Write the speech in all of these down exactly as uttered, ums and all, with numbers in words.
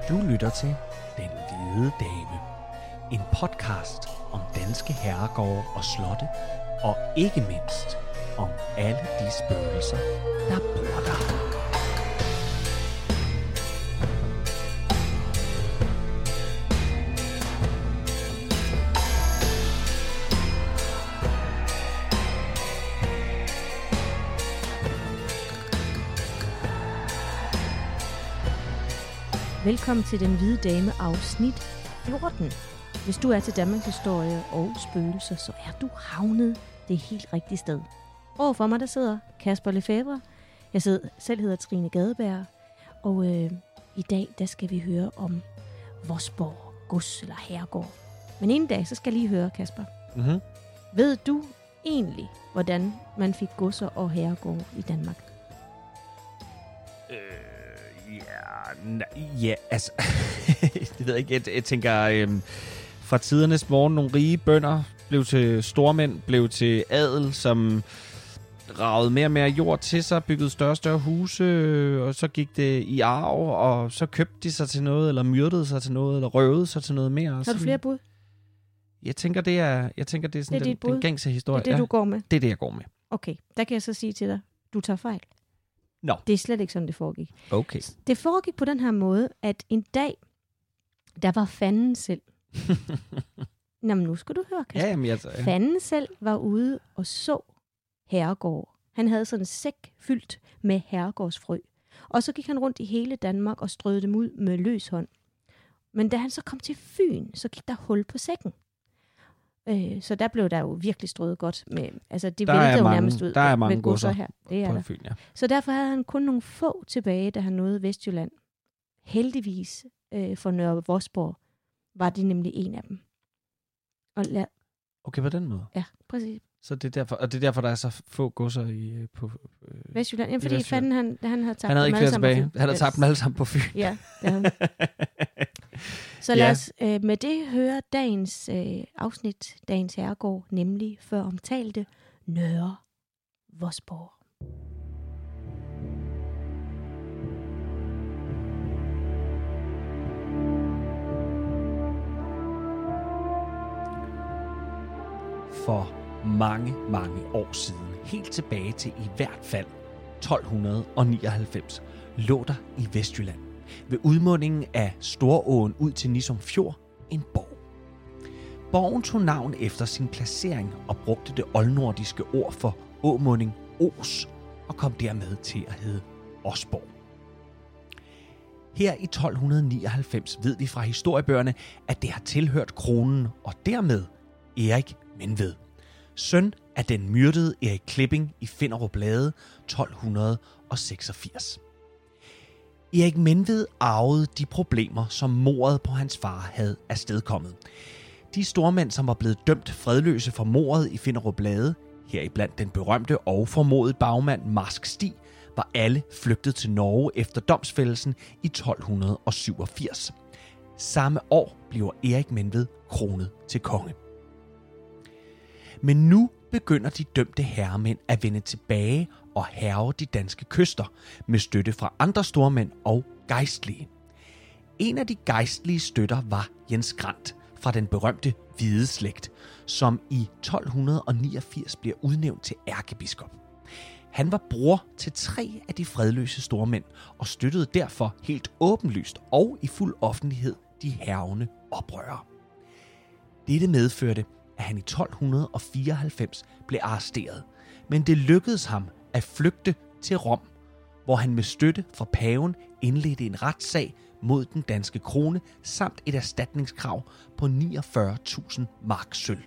Du lytter til Den Hvide Dame. En podcast om danske herregårde og slotte, og ikke mindst om alle de spøgelser, der bor der. Velkommen til Den Hvide Dame afsnit fjorten. Hvis du er til Danmarks historie og spøgelser, så er du havnet det helt rigtige sted. Overfor mig der sidder Kasper Lefebvre. Jeg sidder, selv hedder Trine Gadeberg. Og øh, i dag der skal vi høre om Vosborg gods eller herregård. Men en dag så skal jeg lige høre, Kasper. Mm-hmm. Ved du egentlig, hvordan man fik godser og herregård i Danmark? Øh, ja, na- ja, altså, det ved jeg ikke. Jeg, jeg tænker, øhm, fra tidernes morgen, nogle rige bønder blev til stormænd, blev til adel, som ragede mere og mere jord til sig, byggede større og større huse, og så gik det i arv, og så købte de sig til noget, eller myrdede sig til noget, eller røvede sig til noget mere. Har du flere bud? Jeg tænker, det er, jeg tænker, det er sådan det er den, den gængse historie. Det er det, ja, du går med? Det er det, jeg går med. Okay, der kan jeg så sige til dig, du tager fejl. Nå. Det er slet ikke sådan, det foregik. Okay. Det foregik på den her måde, at en dag, der var fanden selv. Nå, men nu skal du høre, Kasper. Ja, jamen, altså, ja. Fanden selv var ude og så herregård. Han havde sådan en sæk fyldt med herregårdsfrø. Og så gik han rundt i hele Danmark og strøede dem ud med løs hånd. Men da han så kom til Fyn, så gik der hul på sækken. Øh, så der blev der jo virkelig strøget godt med, altså det væltede jo nærmest ud der er mange med godser her. Det er på der. Fyn, ja. Så derfor havde han kun nogle få tilbage, da han nåede Vestjylland. Heldigvis øh, for Nørre Vosborg var det nemlig en af dem. Og la- Okay, på den måde. ja, præcis. Så det er derfor, og det er derfor, der er så få godser i, på øh, Vestjylland, jamen, fordi Vestjylland. fanden han, han havde tabt Han havde dem ikke alle flere sammen på tilbage. Fyn. Han havde tabt dem alle sammen på Fyn. Ja, det havde han. Så lad Ja. os øh, med det høre dagens øh, afsnit, dagens herregård, nemlig før omtalte Nørre Vosborg. For mange, mange år siden, helt tilbage til i hvert fald tolv nioghalvfems, lå der i Vestjylland, ved udmundingen af Storåen ud til Nissum Fjord, en borg. Borgen tog navn efter sin placering og brugte det oldnordiske ord for åmunding Os, og kom dermed til at hedde Osborg. Her i tolv nioghalvfems ved vi fra historiebøgerne, at det har tilhørt kronen og dermed Erik Menved, søn af den myrdede Erik Klipping i Finderup Lade tolv seksogfirs. Erik Menved arvede de problemer, som mordet på hans far havde afstedkommet. De stormænd, som var blevet dømt fredløse for mordet i Finderup Lade, heriblandt den berømte og formodede bagmand Marsk Stig, var alle flygtet til Norge efter domsfældelsen i tolv syvogfirs. Samme år bliver Erik Menved kronet til konge. Men nu begynder de dømte herremænd at vende tilbage og hærge de danske kyster med støtte fra andre stormænd og gejstlige. En af de gejstlige støtter var Jens Grant fra den berømte hvide slægt, som i tolv niogfirs bliver udnævnt til ærkebiskop. Han var bror til tre af de fredløse stormænd og støttede derfor helt åbenlyst og i fuld offentlighed de hærgende oprørere. Dette medførte, at han i tolv fireoghalvfems blev arresteret, men det lykkedes ham at flygte til Rom, hvor han med støtte fra paven indledte en retssag mod den danske krone samt et erstatningskrav på niogfyrre tusind mark sølv.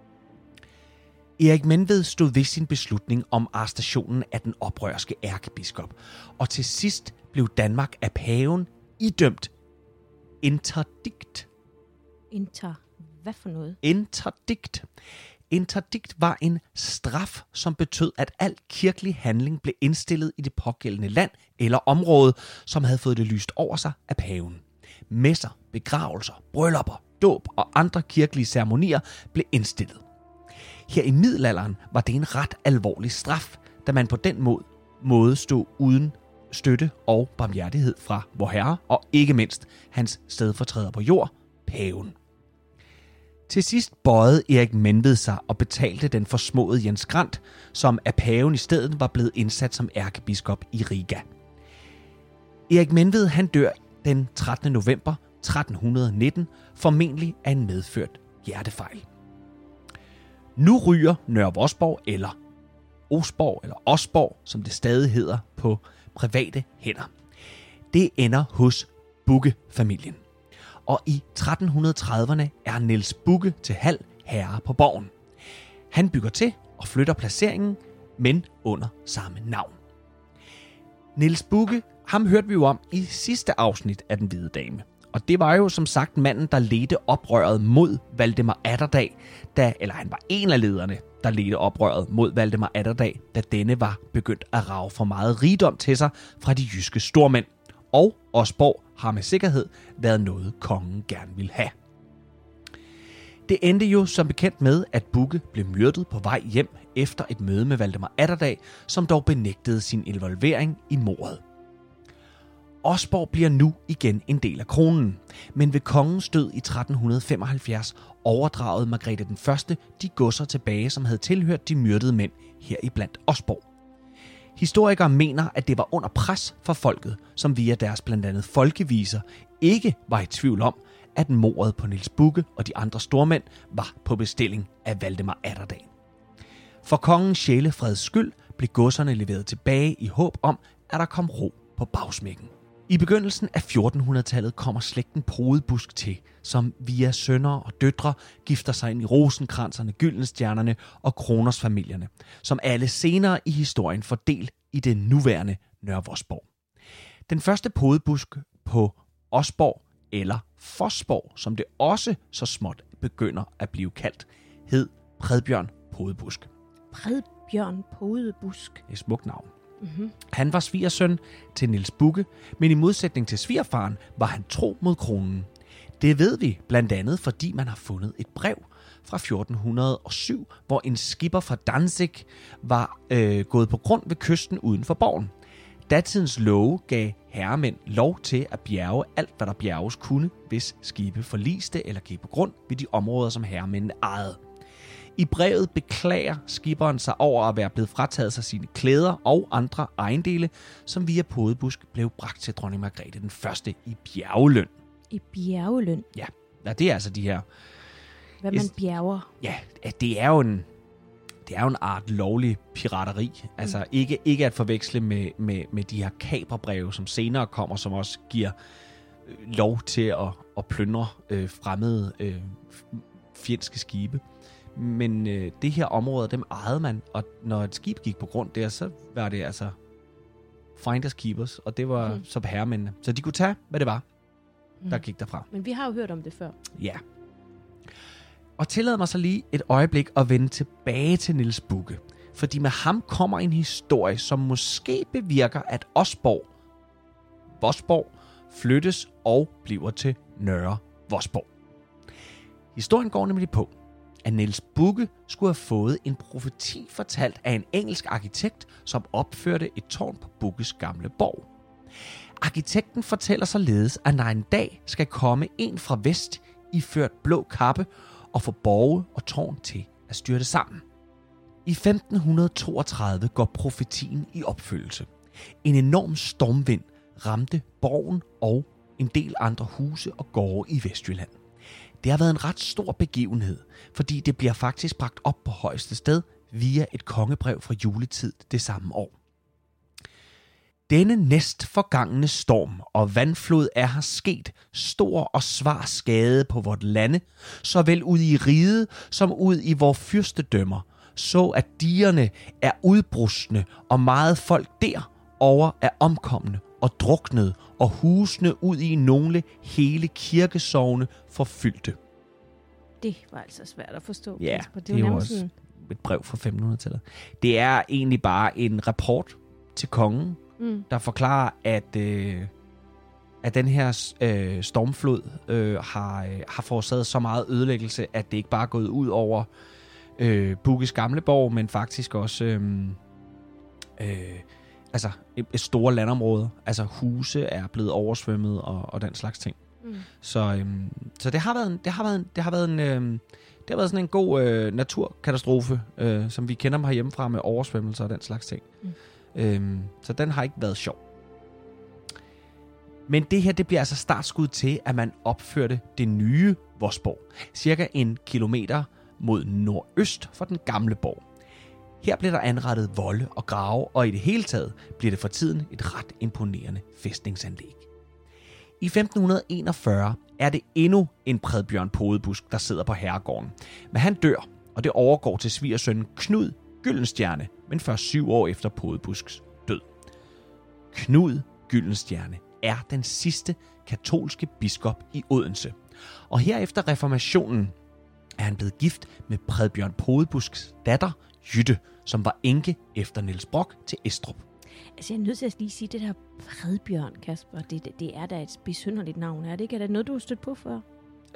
Erik Menved stod ved sin beslutning om arrestationen af den oprørske ærkebiskop, og til sidst blev Danmark af paven idømt interdikt. Inter. Hvad for noget? Interdikt. Interdikt var en straf, som betød, at al kirkelig handling blev indstillet i det pågældende land eller område, som havde fået det lyst over sig af paven. Messer, begravelser, bryllupper, dåb og andre kirkelige ceremonier blev indstillet. Her i middelalderen var det en ret alvorlig straf, da man på den måde stod uden støtte og barmhjertighed fra Vorherre, og ikke mindst hans stedfortræder på jord, paven. Til sidst bøjede Erik Menved sig og betalte den forsmåede Jens Grant, som af paven i stedet var blevet indsat som ærkebiskop i Riga. Erik Menved han dør den trettende november tretten nitten, formentlig af en medført hjertefejl. Nu ryger Nørre Vosborg, eller Osborg, eller Osborg, som det stadig hedder, på private hænder. Det ender hos Bugge-familien. Og i tretten trediverne er Niels Bugge til halv herre på borgen. Han bygger til og flytter placeringen, men under samme navn. Niels Bugge, ham hørte vi jo om i sidste afsnit af Den Hvide Dame. Og det var jo som sagt manden, der ledte oprøret mod Valdemar Atterdag, da, eller han var en af lederne, der ledte oprøret mod Valdemar Atterdag, da denne var begyndt at rage for meget rigdom til sig fra de jyske stormænd. Og Osborg har med sikkerhed været noget, kongen gerne ville have. Det endte jo som bekendt med, at Bugge blev myrdet på vej hjem efter et møde med Valdemar Atterdag, som dog benægtede sin involvering i mordet. Osborg bliver nu igen en del af kronen, men ved kongens død i tretten femoghalvfjerds overdragede Margrethe den Første de godser tilbage, som havde tilhørt de myrdede mænd, heriblandt Osborg. Historikere mener, at det var under pres for folket, som via deres blandt andet folkeviser ikke var i tvivl om, at mordet på Niels Bugge og de andre stormænd var på bestilling af Valdemar Atterdag. For kongens sjælefreds skyld blev godserne leveret tilbage i håb om, at der kom ro på bagsmækken. I begyndelsen af fjortenhundredetallet kommer slægten Podebusk til, som via sønner og døtre gifter sig ind i Rosenkranserne, Gyldenstjernerne og Kronersfamilierne, som alle senere i historien får del i det nuværende Nørre Vosborg. Den første Podebusk på Osborg, eller Fosborg, som det også så småt begynder at blive kaldt, hed Predbjørn Podebusk. Predbjørn Podebusk. Det er et smukt navn. Mm-hmm. Han var svigersøn til Niels Bugge, men i modsætning til svigerfaren var han tro mod kronen. Det ved vi blandt andet, fordi man har fundet et brev fra fjorten hundrede og syv, hvor en skipper fra Danzig var øh, gået på grund ved kysten uden for borgen. Datidens love gav herremænd lov til at bjerge alt, hvad der bjerges kunne, hvis skibe forliste eller gik på grund ved de områder, som herremændene ejede. I brevet beklager skipperen sig over at være blevet frataget sig sine klæder og andre ejendele, som via Podebusk blev bragt til dronning Margrethe den Første i bjergeløn. I bjergeløn? Ja, ja det er altså de her... Hvad man bjerger? Ja, det er jo en, det er jo en art lovlig pirateri. Mm. Altså ikke, ikke at forveksle med, med, med de her kaperbreve, som senere kommer, som også giver lov til at, at plyndre øh, fremmede øh, fjendske skibe. Men øh, det her område, dem ejede man, og når et skib gik på grund der, så var det altså finders keepers, og det var mm. så herremændene. Så de kunne tage, hvad det var, mm. der gik derfra. Men vi har jo hørt om det før. Ja. Og tillad mig så lige et øjeblik at vende tilbage til Niels Bugge, fordi med ham kommer en historie, som måske bevirker, at Osborg, Vosborg, flyttes og bliver til Nørre Vosborg. Historien går nemlig på, at Niels Bugge skulle have fået en profeti fortalt af en engelsk arkitekt, som opførte et tårn på Bugges gamle borg. Arkitekten fortæller således, at når en dag skal komme en fra vest iført blå kappe og få borge og tårn til at styrte sammen. I femten toogtredive går profetien i opfyldelse. En enorm stormvind ramte borgen og en del andre huse og gårde i Vestjylland. Det har været en ret stor begivenhed, fordi det bliver faktisk bragt op på højeste sted via et kongebrev fra juletid det samme år. Denne næst forgangne storm og vandflod er her sket stor og svar skade på vort lande, såvel ud i riget som ud i vor fyrstedømmer, så at digerne er udbrustne og meget folk derover er omkomne og druknede, og husene ud i nogle hele kirkesogne forfyldte. Det var altså svært at forstå. Ja, det, det er jo også et brev fra femtenhundredetallet. Det er egentlig bare en rapport til kongen, mm. der forklarer, at, øh, at den her øh, stormflod øh, har, øh, har forårsaget så meget ødelæggelse, at det ikke bare er gået ud over øh, Bugges gamle borg, men faktisk også... Øh, øh, altså et, et store landområder. Altså huse er blevet oversvømmet og, og den slags ting. Mm. Så, øhm, så det har været en, det har været en, det har været en, øhm, det har været sådan en god øh, naturkatastrofe, øh, som vi kender dem herhjemmefra med oversvømmelser og den slags ting. Mm. Øhm, så den har ikke været sjov. Men det her, det bliver altså startskud til, at man opførte det nye Vosborg, cirka en kilometer mod nordøst for den gamle borg. Her blev der anrettet volde og grave, og i det hele taget bliver det for tiden et ret imponerende fæstningsanlæg. I femten enogfyrre er det endnu en Predbjørn Podebusk, der sidder på herregården. Men han dør, og det overgår til svigersønnen Knud Gyldenstierne, men først syv år efter Podebusks død. Knud Gyldenstierne er den sidste katolske biskop i Odense. Og her efter reformationen er han blevet gift med Predbjørn Podebusks datter, Jytte, som var enke efter Niels Brock til Estrup. Altså, jeg er nødt til at lige sige, det der Predbjørn, Kasper, det, det, det er da et besynderligt navn, er det ikke? Er det noget, du har stødt på før?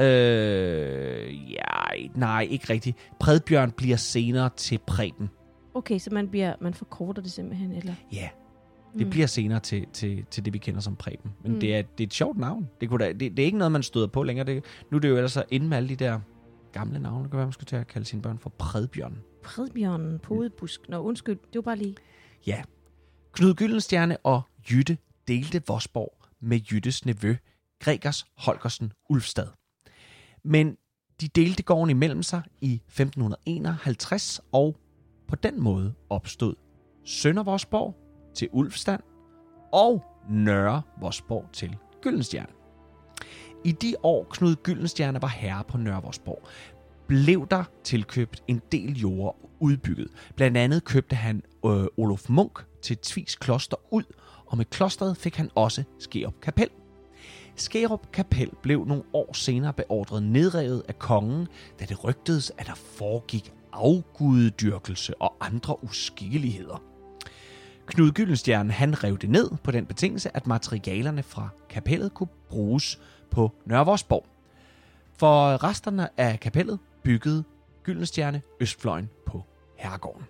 Øh, ja, nej, ikke rigtigt. Predbjørn bliver senere til Preben. Okay, så man, bliver, man forkorter det simpelthen, eller? Ja, det mm. bliver senere til, til, til det, vi kender som Preben. Men mm. det, er, det er et sjovt navn. Det, kunne da, det, det er ikke noget, man støder på længere. Det, nu er det jo ellers så inde med alle de der gamle navne. Det kan være, man skulle til at kalde sine børn for Predbjørn. Predbjørn Podebusk. Nå, undskyld, det var bare lige... Ja. Knud Gyldenstierne og Jytte delte Vosborg med Jyttes nevø, Gregers Holgersen Ulfstad. Men de delte gården imellem sig i femten enoghalvtreds, og på den måde opstod Sønder Vosborg til Ulfstand og Nørre Vosborg til Gyldenstierne. I de år Knud Gyldenstierne var herre på Nørre Vosborg, blev der tilkøbt en del jord udbygget. Blandt andet købte han øh, Olof Munk til Tvis Kloster ud, og med klosteret fik han også Skærup Kapel. Skærup Kapel blev nogle år senere beordret nedrevet af kongen, da det rygtedes, at der foregik afgudedyrkelse og andre uskikkeligheder. Knud Gyldenstierne han rev det ned på den betingelse, at materialerne fra kapellet kunne bruges på Nørre Vosborg. For resterne af kapellet byggede Gyldenstierne østfløjen på herregården.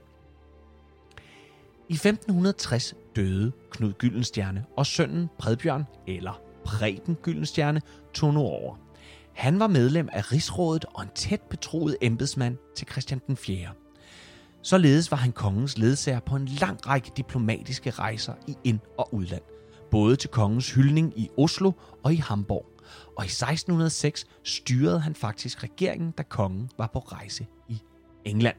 I femten tres døde Knud Gyldenstierne, og sønnen Predbjørn, eller Preben Gyldenstierne, tog nu over. Han var medlem af rigsrådet og en tæt betroet embedsmand til Christian den fjerde. Således var han kongens ledsager på en lang række diplomatiske rejser i ind- og udland, både til kongens hyldning i Oslo og i Hamburg. Og i seksten hundrede og seks styrede han faktisk regeringen, da kongen var på rejse i England.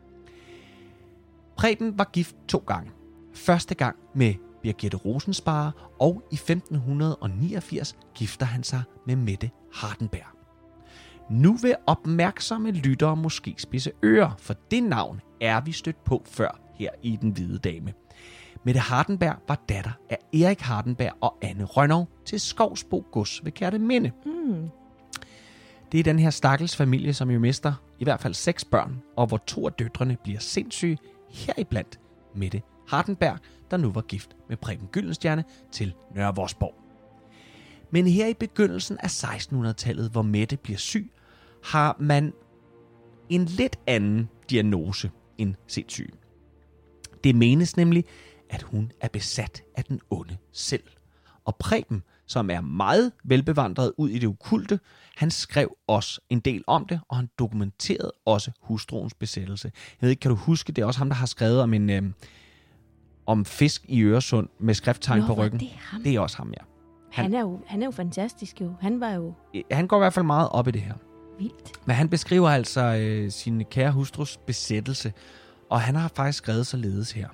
Preben var gift to gange. Første gang med Birgitte Rosensparre, og i femten niogfirs gifter han sig med Mette Hardenberg. Nu vil opmærksomme lyttere måske spidse ører, for det navn er vi stødt på før her i Den Hvide Dame. Mette Hardenberg var datter af Erik Hardenberg og Anne Rønnow til Skovsbo Gods ved Kerteminde. Mm. Det er den her stakkels familie, som jo mister i hvert fald seks børn, og hvor to af døtrene bliver sindssyge, heriblandt Mette Hardenberg, der nu var gift med Preben Gyldenstierne til Nørre Vosborg. Men her i begyndelsen af sekstenhundredetallet, hvor Mette bliver syg, har man en lidt anden diagnose end sindssyg. Det menes nemlig, at hun er besat af den onde selv. Og Preben, som er meget velbevandret ud i det okulte, han skrev også en del om det, og han dokumenterede også hustruens besættelse. Jeg ved ikke, kan du huske, det er også ham, der har skrevet om en øh, om fisk i Øresund med skrifttegn Nå, på ryggen. Det er, ham. Det er også ham, ja. Han, han, er jo, han er jo fantastisk jo. Han var jo... Han går i hvert fald meget op i det her. Vildt. Men han beskriver altså øh, sin kære hustrus besættelse, og han har faktisk skrevet således her.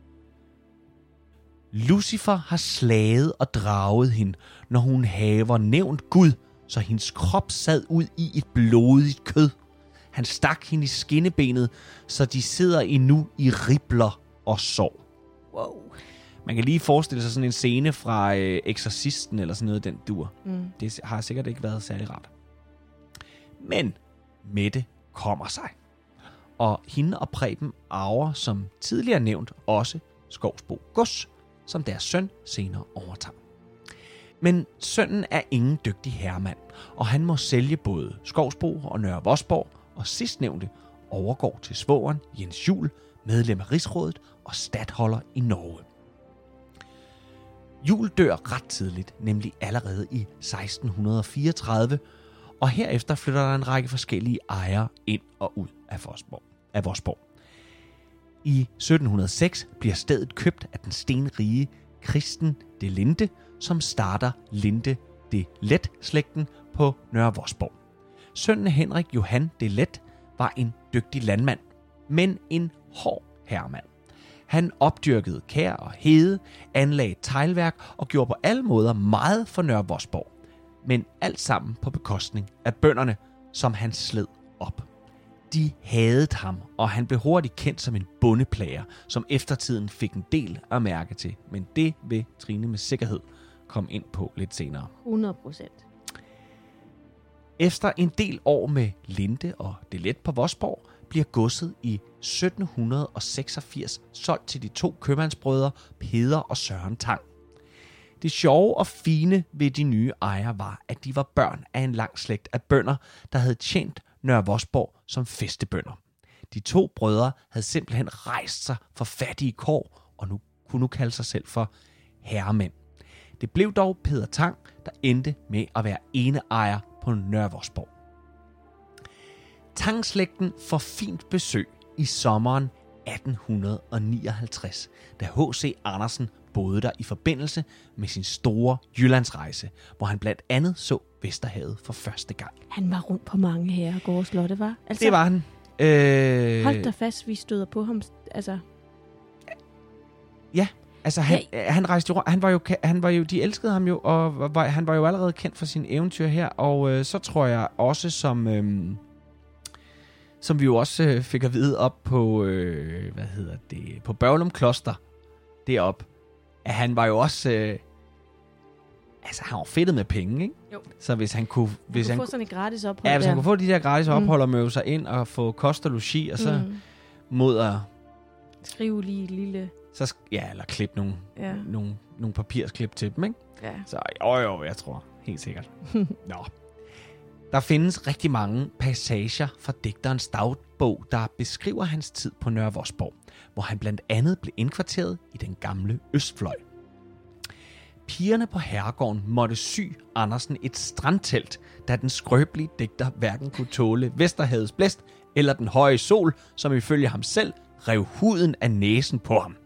Lucifer har slaget og draget hende, når hun haver nævnt Gud, så hendes krop sad ud i et blodigt kød. Han stak hende i skinnebenet, så de sidder endnu i ribler og sov. Wow. Man kan lige forestille sig sådan en scene fra øh, Exorcisten eller sådan noget den dur. Mm. Det har sikkert ikke været særlig rart. Men Mette kommer sig. Og hende og Preben arver, som tidligere nævnt, også Skovsbo Gods, som deres søn senere overtager. Men sønnen er ingen dygtig herremand, og han må sælge både Skovsbo og Nørre Vosborg, og sidstnævnte overgår til svogeren Jens Juel, medlem af Rigsrådet og statholder i Norge. Jul dør ret tidligt, nemlig allerede i seksten fireogtredive, og herefter flytter der en række forskellige ejere ind og ud af Vosborg. Af Vosborg. I sytten hundrede og seks bliver stedet købt af den stenrige Christen de Linde, som starter Linde de Let-slægten på Nørre Vosborg. Sønnen Henrik Johan de Let var en dygtig landmand, men en hård herremand. Han opdyrkede kær og hede, anlagde teglværk og gjorde på alle måder meget for Nørre Vosborg, men alt sammen på bekostning af bønderne, som han sled op. De hadede ham, og han blev hurtigt kendt som en bondeplager, som eftertiden fik en del at mærke til. Men det vil Trine med sikkerhed komme ind på lidt senere. hundrede procent. Efter en del år med Linde og det let på Vosborg, bliver godset i sytten seksogfirs solgt til de to købmandsbrødre Peder og Søren Tang. Det sjove og fine ved de nye ejere var, at de var børn af en lang slægt af bønder, der havde tjent Nørre Vosborg som fæstebønder. De to brødre havde simpelthen rejst sig for fattige kår, og nu kunne nu kalde sig selv for herremænd. Det blev dog Peder Tang, der endte med at være eneejer på Nørre Vosborg. Tang-slægten får fint besøg i sommeren atten nioghalvtreds, da H C Andersen boede der i forbindelse med sin store Jyllandsrejse, hvor han blandt andet så Vesterhavet for første gang. Han var rundt på mange herregårde slotte, var? Altså, det var han. Øh... Hold da fast, vi støder på ham. Altså... Ja, altså han, ja. han rejste jo, han var jo, han var jo, de elskede ham jo, og var, han var jo allerede kendt for sine eventyr her, og øh, så tror jeg også som... Øh, som vi jo også øh, fik at vide op på, øh, hvad hedder det, på Børglum Kloster, derop, at han var jo også, øh, altså han var fedtet med penge, ikke? Jo. Så hvis han kunne... Hvis han han kunne få sådan et gratis ophold. Ja, hvis der. han kunne få de der gratis ophold mm. og møde sig ind og få kost og logi, og så mm. mod at... Skrive lige et lille... Så, ja, eller klippe nogle, ja. nogle, nogle papirsklip til dem, ikke? Ja. Så jo, jo, jeg tror helt sikkert. Nå. Der findes rigtig mange passager fra digterens dagbog, der beskriver hans tid på Nørre Vosborg, hvor han blandt andet blev indkvarteret i den gamle Østfløj. Pigerne på herregården måtte sy Andersen et strandtelt, da den skrøbelige digter hverken kunne tåle Vesterhavets blæst eller den høje sol, som ifølge ham selv rev huden af næsen på ham.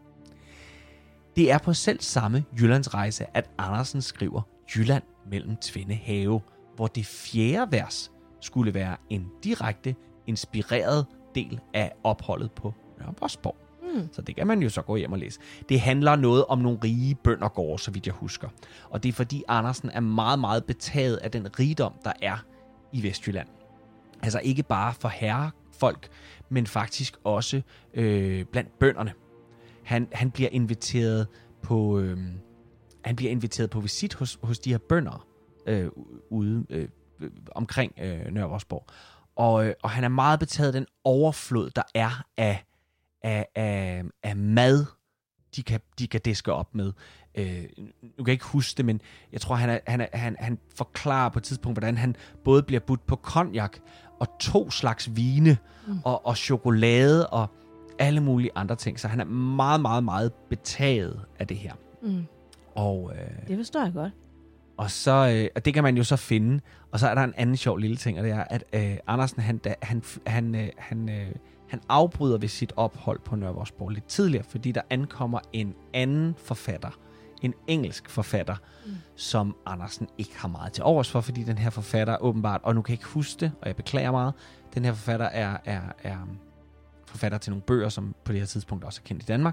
Det er på selv samme Jyllandsrejse, at Andersen skriver Jylland mellem tvinde have, hvor det fjerde vers skulle være en direkte inspireret del af opholdet på Nørre Vosborg. Mm. Så det kan man jo så gå hjem og læse. Det handler noget om nogle rige bøndergårde, så vidt jeg husker. Og det er fordi Andersen er meget, meget betaget af den rigdom, der er i Vestjylland. Altså ikke bare for herrefolk, men faktisk også øh, blandt bønderne. Han, han bliver inviteret på øh, han bliver inviteret på visit hos, hos de her bønder øh, ude øh, omkring øh, Nørre Vosborg. Og, øh, og han er meget betaget af den overflod, der er af Af, af, af mad, de kan, de kan diske op med. Øh, nu kan jeg ikke huske det, men jeg tror, han, er, han, er, han, han forklarer på et tidspunkt, hvordan han både bliver budt på cognac og to slags vine mm. og, og chokolade og alle mulige andre ting. Så han er meget, meget, meget betaget af det her. Mm. Og, øh, det forstår jeg godt. Og så, øh, og det kan man jo så finde. Og så er der en anden sjov lille ting, og det er, at øh, Andersen, han, da, han, han, øh, han øh, Han afbryder ved sit ophold på Nørre Vosborg lidt tidligere, fordi der ankommer en anden forfatter, en engelsk forfatter, mm. som Andersen ikke har meget til overs for, fordi den her forfatter åbenbart, og nu kan jeg ikke huske det, og jeg beklager meget, den her forfatter er, er, er forfatter til nogle bøger, som på det her tidspunkt også er kendt i Danmark,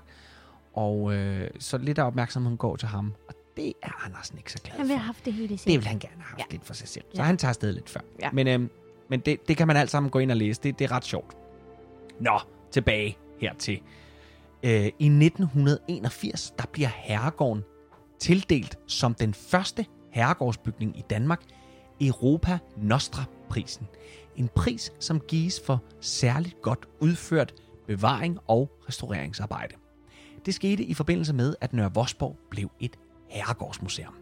og øh, så lidt af opmærksomheden går til ham, og det er Andersen ikke så glad for. Han vil have haft det hele selv. Det vil han gerne have haft ja. lidt for sig selv, så ja. han tager afsted lidt før. Ja. Men, øh, men det, det kan man alt sammen gå ind og læse, det, det er ret sjovt. Nå, tilbage hertil. Øh, I nitten enogfirs, der bliver herregården tildelt som den første herregårdsbygning i Danmark Europa Nostra-prisen. En pris, som gives for særligt godt udført bevaring og restaureringsarbejde. Det skete i forbindelse med, at Nørre Vosborg blev et herregårdsmuseum.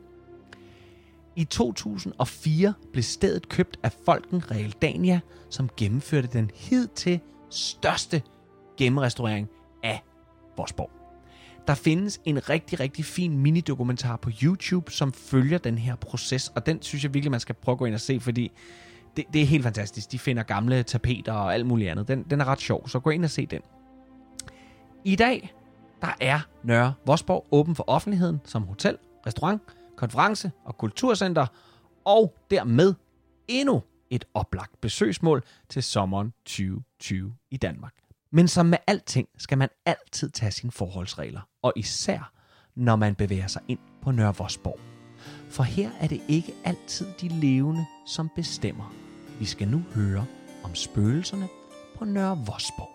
I to tusind og fire blev stedet købt af Folken Realdania, som gennemførte den hidtil største gennemrestaurering af Vosborg. Der findes en rigtig, rigtig fin minidokumentar på YouTube, som følger den her proces, og den synes jeg virkelig, man skal prøve at gå ind og se, fordi det, det er helt fantastisk. De finder gamle tapeter og alt muligt andet. Den, den er ret sjov, så gå ind og se den. I dag, der er Nørre Vosborg åben for offentligheden som hotel, restaurant, konference og kulturcenter, og dermed endnu et oplagt besøgsmål til sommeren tyve tyve i Danmark. Men som med alting skal man altid tage sine forholdsregler, og især når man bevæger sig ind på Nørre Vosborg. For her er det ikke altid de levende, som bestemmer. Vi skal nu høre om spøgelserne på Nørre Vosborg.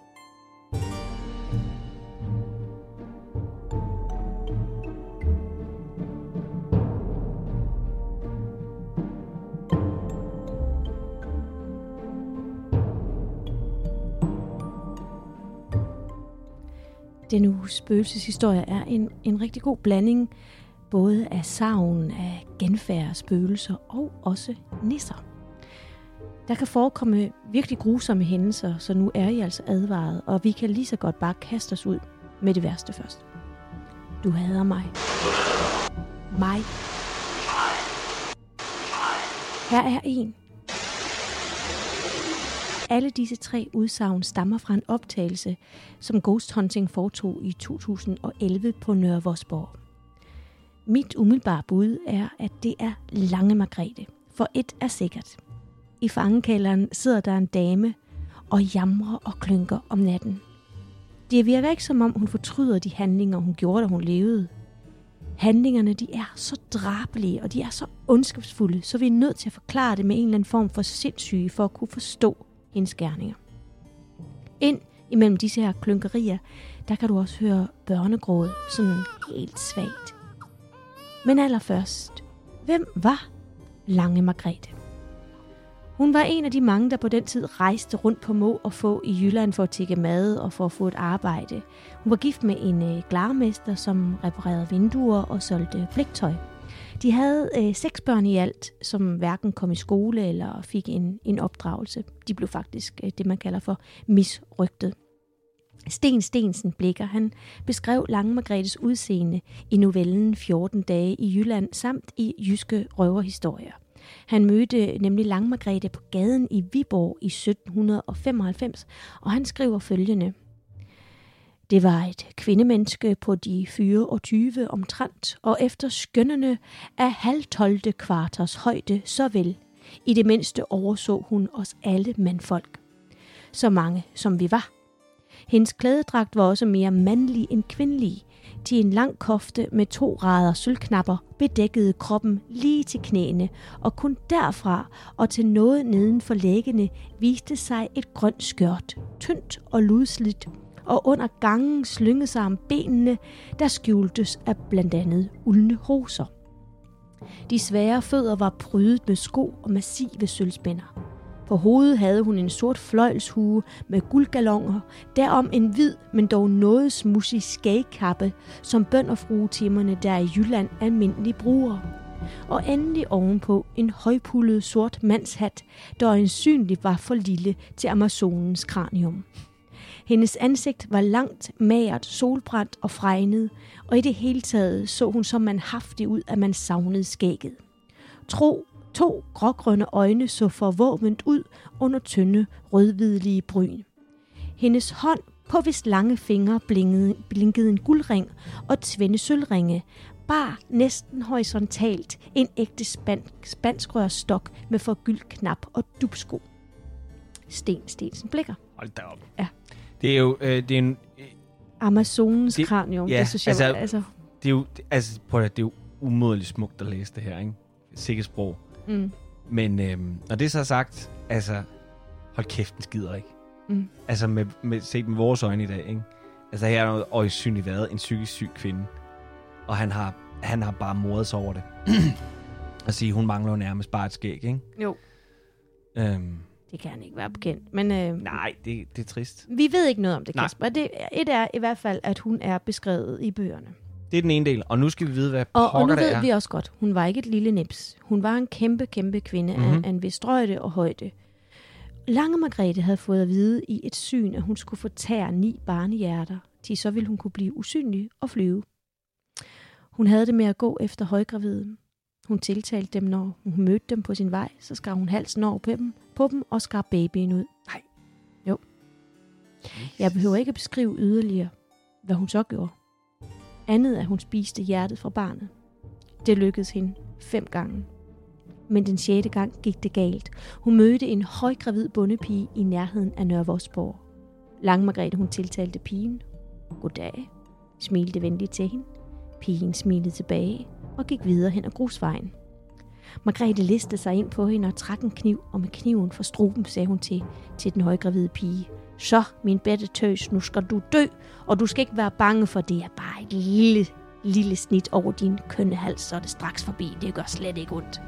Den uges spøgelseshistorie er en, en rigtig god blanding, både af sagn, af genfærd, spøgelser og også nisser. Der kan forekomme virkelig grusomme hændelser, så nu er I altså advaret, og vi kan lige så godt bare kaste os ud med det værste først. Du hader mig. Mig. Her er en. Alle disse tre udsagn stammer fra en optagelse, som Ghost Hunting foretog i to tusind og elleve på Nørre Vosborg. Mit umiddelbare bud er, at det er Lange Margrethe, for et er sikkert. I fangekælderen sidder der en dame og jamrer og klynker om natten. Det virker ikke som om hun fortryder de handlinger, hun gjorde, da hun levede. Handlingerne de er så drabelige, og de er så ondskabsfulde, så vi er nødt til at forklare det med en eller anden form for sindssyge, for at kunne forstå hendes gerninger. Ind imellem disse her klynkerier, der kan du også høre børnegråd, sådan helt svagt. Men allerførst, hvem var Lange Margrethe? Hun var en af de mange, der på den tid rejste rundt på må og få i Jylland for at tikke mad og for at få et arbejde. Hun var gift med en glarmester, som reparerede vinduer og solgte bliktøj. De havde øh, seks børn i alt, som hverken kom i skole eller fik en, en opdragelse. De blev faktisk øh, det, man kalder for misrygtet. Sten Stensen Blikker, han beskrev Lange Margrethes udseende i novellen fjorten dage i Jylland samt i Jyske Røverhistorier. Han mødte nemlig Lange Margrethe på gaden i Viborg i sytten femoghalvfems, og han skriver følgende. Det var et kvindemenneske på de fireogtyve omtrent, og efter skønnene af halvtolvte kvarters højde så vel. I det mindste overså hun os alle mandfolk. Så mange som vi var. Hendes klædedragt var også mere mandlig end kvindelig. Til en lang kofte med to rader sølvknapper bedækkede kroppen lige til knæene, og kun derfra og til noget neden for læggene viste sig et grønt skørt, tyndt og ludslidt, og under gangen slyngede sig om benene, der skjultes af blandt andet uldne hoser. De svære fødder var prydet med sko og massive sølvspænder. På hovedet havde hun en sort fløjlshue med guldgalonger, derom en hvid, men dog noget smudsig skagkappe, som bønderfruetimerne der i Jylland almindeligt bruger. Og endelig ovenpå en højpullet sort mandshat, der øjensynligt var for lille til Amazonens kranium. Hendes ansigt var langt, magert, solbrændt og fregnet, og i det hele taget så hun som manhaftig ud, at man savnede skægget. Tro, to grågrønne øjne så forvåbent ud under tynde, rødhvidlige bryn. Hendes hånd på hvis lange fingre blinkede, blinkede en guldring og tvinde sølvringe, bare næsten horisontalt en ægte spansk, spanskrørstok med forgyldt knap og dubsko. Sten Stensen Blikker. Hold da op. Ja. Det er jo øh, det er en øh, Amazonens det, kranium, ja, det synes jeg altså, var, altså. Det er jo altså prøv at det er jo umådeligt smukt at læse det her, ikke? Sikkert sprog. Mm. Men øh, når det så er sagt, altså hold kæft, den skider ikke. Mm. Altså med, med set med vores øjne i dag, ikke? Altså her er der øjensynligt været en psykisk syg kvinde, og han har han har bare mordet sig over det. Og sige, hun mangler jo nærmest bare et skæg, ikke? Jo. Øhm, Det kan han ikke være bekendt. Men, øh, nej, det, det er trist. Vi ved ikke noget om det, Kasper. Det, et er i hvert fald, at hun er beskrevet i bøgerne. Det er den ene del, og nu skal vi vide, hvad og, pokker og nu det ved er. vi også godt, hun var ikke et lille nips. Hun var en kæmpe, kæmpe kvinde mm-hmm. af, af en vis drøjde og højde. Lange Margrethe havde fået at vide i et syn, at hun skulle få tære ni barnehjerter. rigtige, så ville hun kunne blive usynlig og flyve. Hun havde det med at gå efter højgravide. Hun tiltalte dem, når hun mødte dem på sin vej, så skar hun halsen over på dem, på dem og skar babyen ud. Nej. Jo. Jeg behøver ikke at beskrive yderligere, hvad hun så gjorde. Andet at hun spiste hjertet fra barnet. Det lykkedes hende fem gange. Men den sjette gang gik det galt. Hun mødte en højgravid bondepige i nærheden af Nørre Vosborg. Lange Margrethe, hun tiltalte pigen. Goddag. Smilte venligt til hende. Pigen smilede tilbage og gik videre hen ad grusvejen. Margrethe listede sig ind på hende og trak en kniv, og med kniven for struben sagde hun til, til den højgravide pige. Så, min bedte tøs, nu skal du dø, og du skal ikke være bange, for det er bare et lille, lille snit over din kønne hals, så er det straks forbi. Det gør slet ikke ondt.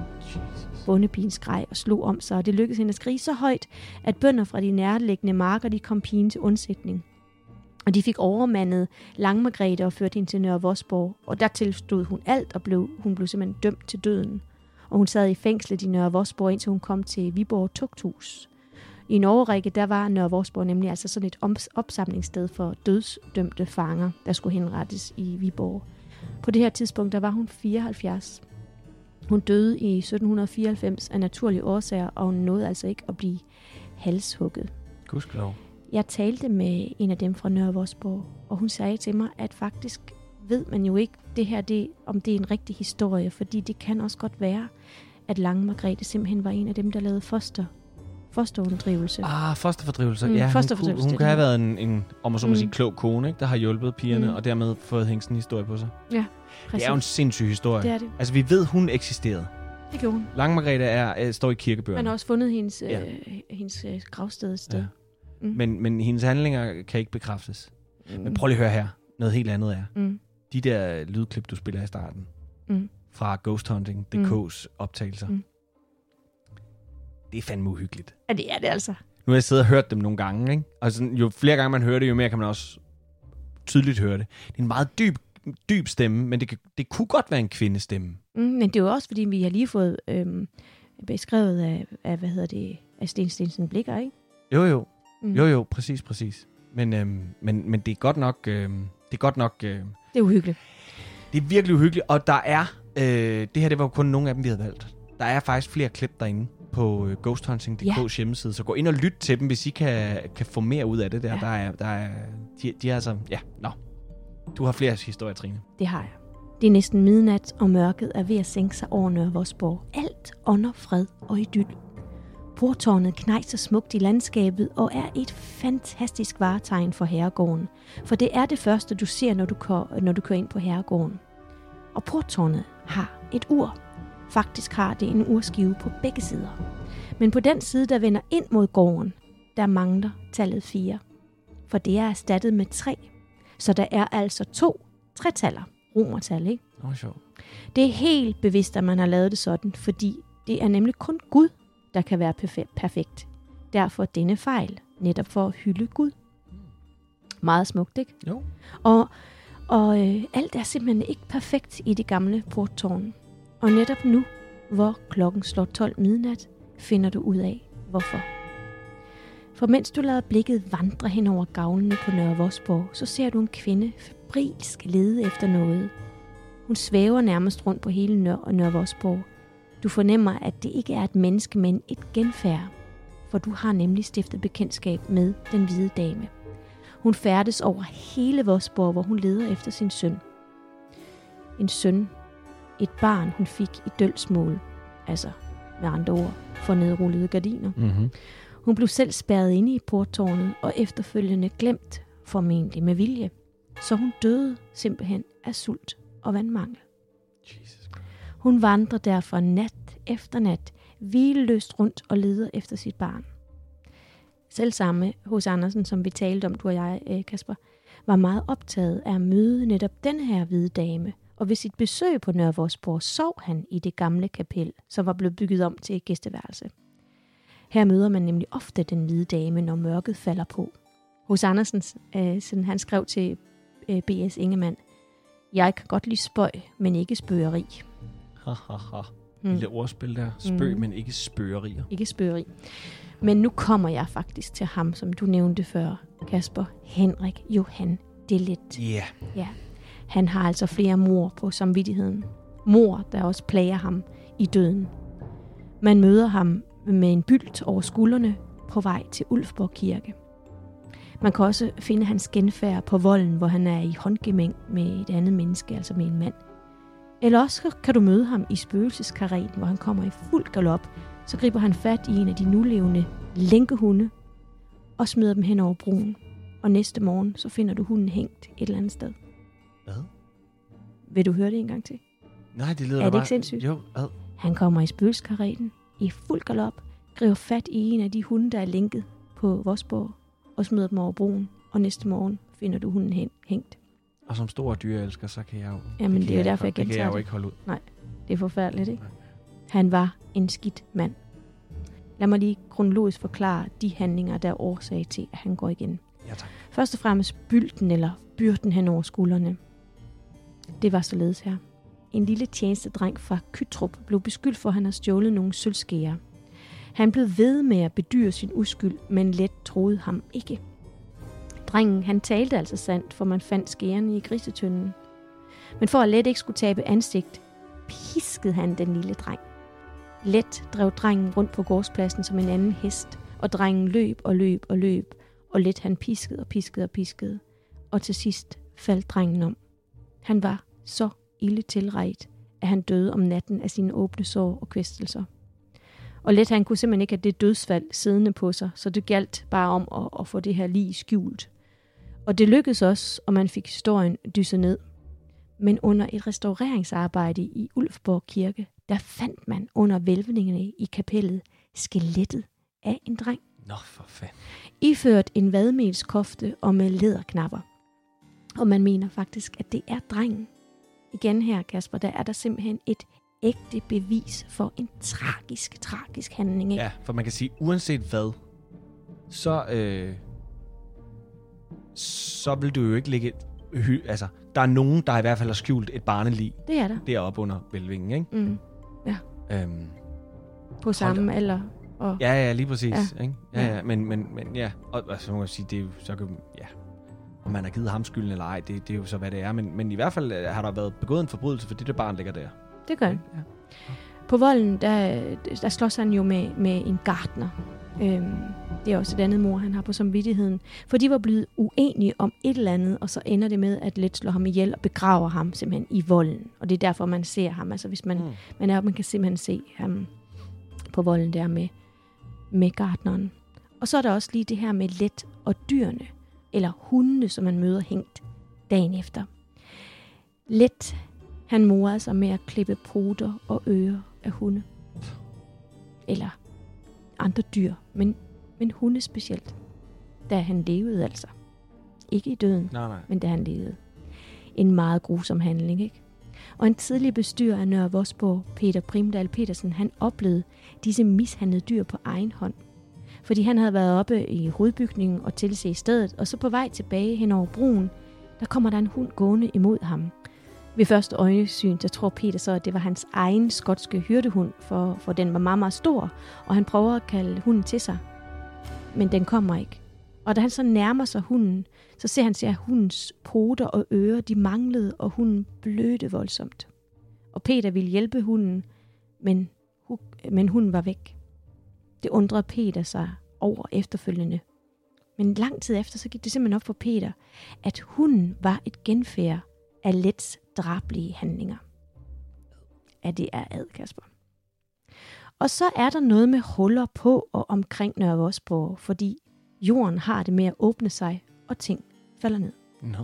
Bondepigen skreg og slog om sig, og det lykkedes hende at skrige så højt, at bønder fra de nærliggende marker, de kom pigen til undsætning. Og de fik overmandet Lange Margrethe og førte hende til Nørre Vosborg, og der tilstod hun alt, og blev, hun blev simpelthen dømt til døden. Og hun sad i fængslet i Nørre Vosborg, indtil hun kom til Viborg Tugthus. I en årrække, der var Nørre Vosborg nemlig altså sådan et opsamlingssted for dødsdømte fanger, der skulle henrettes i Viborg. På det her tidspunkt, der var hun fireoghalvfjerds. Hun døde i sytten fireoghalvfems af naturlige årsager, og hun nåede altså ikke at blive halshugget. Gudskelov. Jeg talte med en af dem fra Nørre Vosborg, og hun sagde til mig, at faktisk ved man jo ikke, det her, det, om det er en rigtig historie, fordi det kan også godt være, at Lange Margrethe simpelthen var en af dem, der lavede foster, fosterunddrivelse. Ah, fosterfordrivelse. Mm, ja, hun, fosterfordrivelse, hun, hun kan have været en, en om man så må mm. sige, klog kone, ikke, der har hjulpet pigerne, Mm. og dermed fået hængt sådan en historie på sig. Ja, præcis. Det er jo en sindssyg historie. Det er det. Altså, vi ved, hun eksisterede. Det gjorde hun. Lange Margrethe er, øh, står i kirkebøgerne. Man har også fundet hendes, Ja. øh, hendes øh, gravsted et sted. Ja. Mm. Men, men hendes handlinger kan ikke bekræftes. Mm. Men prøv lige at høre her. Noget helt andet er. Mm. De der lydklip, du spiller i starten, Mm. fra Ghost Hunting punktum d k's optagelser, Mm. det er fandme uhyggeligt. Ja, det er det altså. Nu har jeg siddet og hørt dem nogle gange, ikke? Og sådan, jo flere gange man hører det, jo mere kan man også tydeligt høre det. Det er en meget dyb, dyb stemme, men det, kan, det kunne godt være en kvindestemme. Mm, men det er jo også, fordi vi har lige fået øhm, beskrevet af, af, hvad hedder det, af Sten Stensen Blikker, ikke? Jo, jo. Mm. Jo, jo, præcis, præcis. Men, øhm, men, men det er godt nok... Øhm, det er godt nok... Øh, Det er uhyggeligt. det er virkelig uhyggeligt, og der er... Øh, det her, det var jo kun nogle af dem, vi havde valgt. Der er faktisk flere klip derinde på øh, Ghost Hunting punktum d k's Ja. hjemmeside, så gå ind og lyt til dem, hvis I kan, kan få mere ud af det der. Ja. Der er... Der er de, de er altså... Ja, nå. Du har flere historier, Trine. Det har jeg. Det er næsten midnat, og mørket er ved at sænke sig over Nørre Vosborg. Alt under fred og idyl. Porttårnet knejser smukt i landskabet og er et fantastisk varetegn for herregården. For det er det første, du ser, når du, kører, når du kører ind på herregården. Og porttårnet har et ur. Faktisk har det en urskive på begge sider. Men på den side, der vender ind mod gården, der mangler tallet fire. For det er erstattet med tre. Så der er altså to tretaller. Romertal, ikke? Åh, oh, sjovt. Det er helt bevidst, at man har lavet det sådan, fordi det er nemlig kun Gud, der kan være perfekt. Derfor denne fejl, netop for at hylde Gud. Meget smukt, ikke? Jo. Og, og øh, alt er simpelthen ikke perfekt i det gamle porttårn. Og netop nu, hvor klokken slår tolv midnat, finder du ud af, hvorfor. For mens du lader blikket vandre hen over gavlene på Nørre Vosborg, så ser du en kvinde febrilsk lede efter noget. Hun svæver nærmest rundt på hele Nørre, Nørre Vosborg. Du fornemmer, at det ikke er et menneske, men et genfærd. For du har nemlig stiftet bekendtskab med den hvide dame. Hun færdes over hele Vosborg, hvor hun leder efter sin søn. En søn. Et barn, hun fik i dølgsmål. Altså, med andre ord, for nedrullede gardiner. Mm-hmm. Hun blev selv spærret inde i porttårnet og efterfølgende glemt, formentlig med vilje. Så hun døde simpelthen af sult og vandmangel. Jesus. Hun vandrer derfor nat efter nat, hvileløst rundt og leder efter sit barn. Selv samme hos Andersen, som vi talte om, du og jeg, Kasper, var meget optaget af at møde netop den her hvide dame. Og ved sit besøg på Nørre Vosborg sov han i det gamle kapel, som var blevet bygget om til et gæsteværelse. Her møder man nemlig ofte den hvide dame, når mørket falder på. Hos Andersen, øh, siden han skrev til øh, B S Ingemann, jeg kan godt lide spøg, men ikke spøgeri. Ha, ha, ha. Hmm. Lille ordspil der. Spøg, Mm. men ikke spøgerier. Ikke spøgeri. Men nu kommer jeg faktisk til ham, som du nævnte før, Kasper. Henrik Johan Det er let. Ja. Yeah. Ja. Han har altså flere mord på samvittigheden. Mord, der også plager ham i døden. Man møder ham med en bylt over skuldrene på vej til Ulfborg Kirke. Man kan også finde hans genfærd på volden, hvor han er i håndgemæng med et andet menneske, altså med en mand. Eller også kan du møde ham i spøgelseskareten, hvor han kommer i fuld galop. Så griber han fat i en af de nulevende lænkehunde og smider dem hen over broen. Og næste morgen, så finder du hunden hængt et eller andet sted. Hvad? Vil du høre det en gang til? Nej, det lyder Er det bare... ikke sindssygt? Jo, hvad? Han kommer i spøgelseskareten i fuld galop, griber fat i en af de hunde, der er lænket på Vosborg, og smider dem over broen. Og næste morgen finder du hunden hen, hængt. Og som stor dyreelsker, så kan jeg jo... Jamen, det, det er jo derfor, jeg gentager det. Det kan jeg jo det. ikke holde ud. Nej, det er forfærdeligt, ikke? Nej. Han var en skidt mand. Lad mig lige kronologisk forklare de handlinger, der er årsag til, at han går igen. Ja, tak. Først og fremmest bylden eller byrden hen over skuldrene. Det var således her. En lille tjenestedreng fra Kytrup blev beskyldt for, at han havde stjålet nogle sølvskeer. Han blev ved med at bedyre sin uskyld, men let troede ham ikke. Drengen, han talte altså sandt, for man fandt skærene i grisetønden. Men for at let ikke skulle tabe ansigt, piskede han den lille dreng. Let drev drengen rundt på gårdspladsen som en anden hest, og drengen løb og løb og løb, og let han piskede og piskede og piskede. Og til sidst faldt drengen om. Han var så ille tilredt, at han døde om natten af sine åbne sår og kvæstelser. Og let han kunne simpelthen ikke have det dødsfald siddende på sig, så det galt bare om at, at få det her lig skjult. Og det lykkedes også, og man fik historien dysset ned. Men under et restaureringsarbejde i Ulfborg Kirke, der fandt man under hvælvningerne i kapellet skelettet af en dreng. Nå, for fanden. Iført en vadmelskofte og med læderknapper. Og man mener faktisk, at det er drengen. Igen her, Kasper, der er der simpelthen et ægte bevis for en tragisk, tragisk handling. Ikke? Ja, for man kan sige, uanset hvad, så, øh, så vil du jo ikke lægge... Hy- altså, der er nogen, der i hvert fald har skjult et barnelig. Det er der. Deroppe under hvælvingen, ikke? Mm. Ja. Øhm, På samme alder. Og... Ja, ja, lige præcis. Ja. Ikke? Ja, ja, men, men, men ja. Og, og så må jeg sige, det er jo så kan, ja, om man har givet ham skylden eller ej, det, det er jo så, hvad det er. Men, men i hvert fald har der været begået en forbrydelse, for det der barn ligger der. Det gør det. Ja. På volden, der, der slås han jo med, med en gartner. Øhm, det er også et andet mor, han har på samvittigheden. For de var blevet uenige om et eller andet, og så ender det med, at Let slår ham ihjel og begraver ham simpelthen i volden. Og det er derfor, man ser ham. Altså hvis man, mm. man er man kan simpelthen se ham på volden der med, med gartneren. Og så er der også lige det her med Let og dyrene, eller hundene, som man møder hængt dagen efter. Let, han morede sig med at klippe poter og ører af hunde. Eller andre dyr, men, men hunde specielt. Da han levede altså. Ikke i døden, nej, nej. men da han levede. En meget grusom handling, ikke? Og en tidlig bestyrer af Nørre Vosborg, Peter Primdal Petersen, han oplevede disse mishandlede dyr på egen hånd. Fordi han havde været oppe i hovedbygningen og tilse stedet, og så på vej tilbage hen over broen, der kommer der en hund gående imod ham. Ved første øjesyn, så tror Peter så, at det var hans egen skotske hyrdehund, for, for den var meget, meget stor, og han prøver at kalde hunden til sig. Men den kommer ikke. Og da han så nærmer sig hunden, så ser han sig, at hundens poter og ører, de manglede, og hunden blødte voldsomt. Og Peter ville hjælpe hunden, men, men hunden var væk. Det undrede Peter sig over efterfølgende. Men lang tid efter, så gik det simpelthen op for Peter, at hunden var et genfærd af Lets drablige handlinger. Ja, det er ad, Kasper. Og så er der noget med huller på og omkring Nørre Vosborg, fordi jorden har det med at åbne sig, og ting falder ned. No.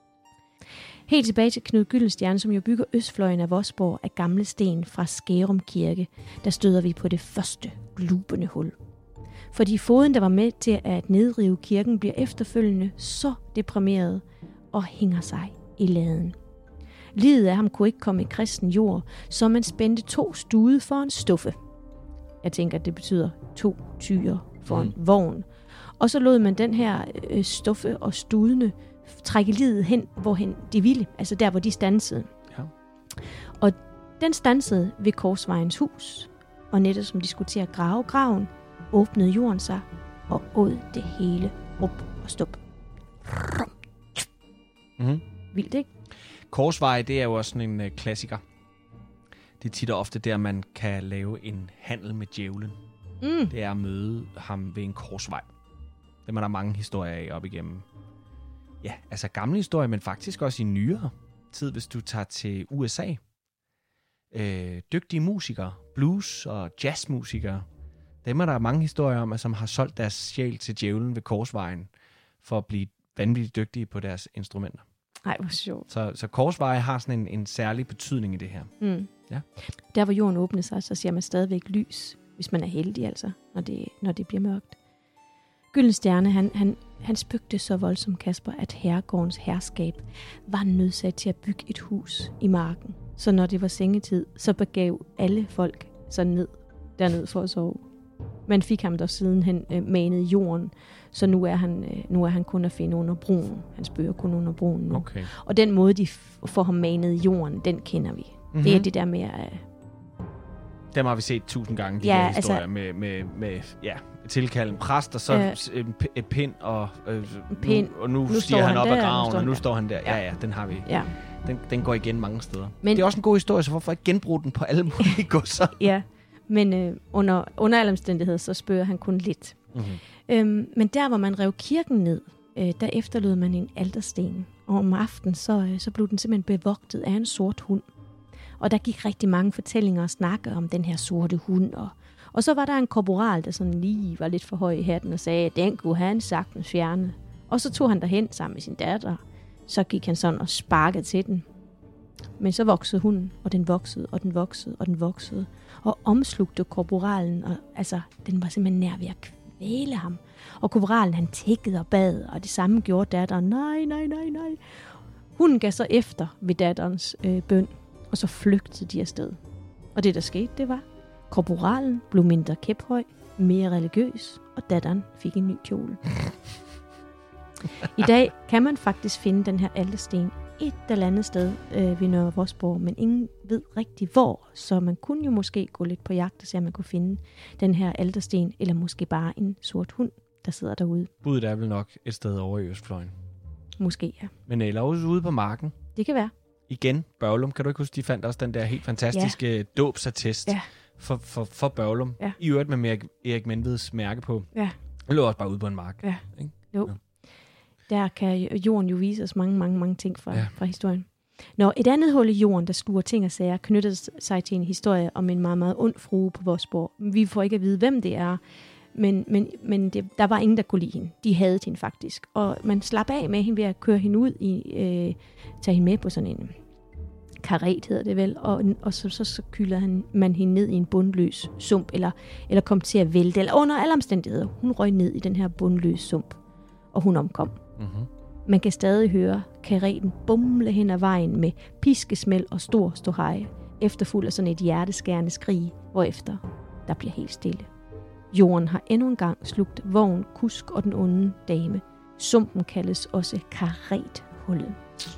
Helt tilbage til Knud Gyldenstierne, som jo bygger østfløjen af Vosborg af gamle sten fra Skærum Kirke, der støder vi på det første glubende hul. Fordi foden, der var med til at nedrive kirken, bliver efterfølgende så deprimeret og hænger sig i laden. Lidet af ham kunne ikke komme i kristen jord, så man spændte to stude for en stuffe. Jeg tænker, at det betyder to tyre for en mm. vogn. Og så lod man den her øh, stuffe og studene trække livet hen, hvorhen de ville, altså der, hvor de stansede. Ja. Og den stansede ved Korsvejens hus, og netop som de skulle til at grave graven, åbnede jorden sig og åd det hele op og stop. Mm-hmm. Vildt, ikke? Korsveje, det er jo også sådan en uh, klassiker. Det er tit og ofte der, man kan lave en handel med djævlen. Mm. Det er at møde ham ved en korsvej. Dem er der mange historier af op igennem. Ja, altså gamle historier, men faktisk også i nyere tid, hvis du tager til U S A. Øh, dygtige musikere, blues- og jazzmusikere. Dem er der mange historier om, som har solgt deres sjæl til djævlen ved korsvejen, for at blive vanvittigt dygtige på deres instrumenter. Ej, hvor sjovt. Så, så korsveje har sådan en, en særlig betydning i det her. Mm. Ja. Der hvor jorden åbner sig, så ser man stadigvæk lys, hvis man er heldig altså, når det, når det bliver mørkt. Gyldenstjerne, han, han, han spøgte så voldsomt, Kasper, at herregårdens herskab var nødsat til at bygge et hus i marken. Så når det var sengetid, så begav alle folk så ned derned for at sove. Man fik ham dog sidenhen øh, manet jorden, så nu er, han, øh, nu er han kun at finde under broen. Han spørger kun under broen nu. Okay. Og den måde, de f- får ham manet i jorden, den kender vi. Mm-hmm. Det er det der med at... Dem har vi set tusind gange, de ja, der historier altså, med, med, med ja, tilkalde en præst, og så øh, en, p- en pind, og, øh, pind. Nu, og nu, nu stiger han, han op der, ad graven, og nu der. står han der. Ja, Ja, ja, den har vi. Ja. Den, den går igen mange steder. Men, det er også en god historie, så hvorfor ikke genbruge den på alle mulige godser? Ja, men øh, under, under alle omstændigheder, så spørger han kun lidt. Mm-hmm. Øhm, men der, hvor man rev kirken ned, øh, der efterlod man en altersten. Og om aftenen, så, øh, så blev den simpelthen bevogtet af en sort hund. Og der gik rigtig mange fortællinger og snakke om den her sorte hund. Og, og så var der en korporal, der sådan lige var lidt for høj i hatten og sagde, at den kunne han sagtens fjerne. Og så tog han derhen sammen med sin datter. Så gik han sådan og sparkede til den. Men så voksede hunden, og den voksede, og den voksede, og den voksede. Og omslugte korporalen, og altså, den var simpelthen nær ved at kvæle ham. Og korporalen, han tækkede og bad, og det samme gjorde datteren. Nej, nej, nej, nej. Hunden gav så efter ved datterens øh, bøn, og så flygtede de afsted. Og det, der skete, det var, korporalen blev mindre kæphøj, mere religiøs, og datteren fik en ny kjole. I dag kan man faktisk finde den her altersten et eller andet sted øh, ved Nørre Vosborg, men ingen ved rigtig hvor, så man kunne jo måske gå lidt på jagt og se, om man kunne finde den her altersten, eller måske bare en sort hund, der sidder derude. Budet er vel nok et sted over i Østfløjen. Måske, ja. Men eller også ude på marken. Det kan være. Igen, Børglum. Kan du ikke huske, de fandt også den der helt fantastiske ja. dåbsattest ja. for, for, for Børglum. Ja. I øvrigt med Erik, Erik Menveds mærke på. Ja. Det lå også bare ude på en mark. Ja. Ikke? Jo. Ja. Der kan jorden jo vise os mange, mange, mange ting fra, ja. fra historien. Når et andet hul i jorden, der sluger ting og sager, knytter sig til en historie om en meget, meget ond frue på Vosborg. Vi får ikke at vide, hvem det er, men, men, men det, der var ingen, der kunne lide hende. De havde hende faktisk. Og man slap af med hende ved at køre hende ud, i, øh, tage hende med på sådan en karet, hedder det vel, og, og så, så, så kylder han, man hende ned i en bundløs sump, eller, eller kom til at vælte, eller under alle omstændigheder. Hun røg ned i den her bundløse sump, og hun omkom. Mm-hmm. Man kan stadig høre kareten bumle hen ad vejen med piskesmæld og stor ståhej, efterfulgt af sådan et hjerteskærende skrig, hvorefter der bliver helt stille. Jorden har endnu en gang slugt vogn, kusk og den onde dame. Sumpen kaldes også karethullet.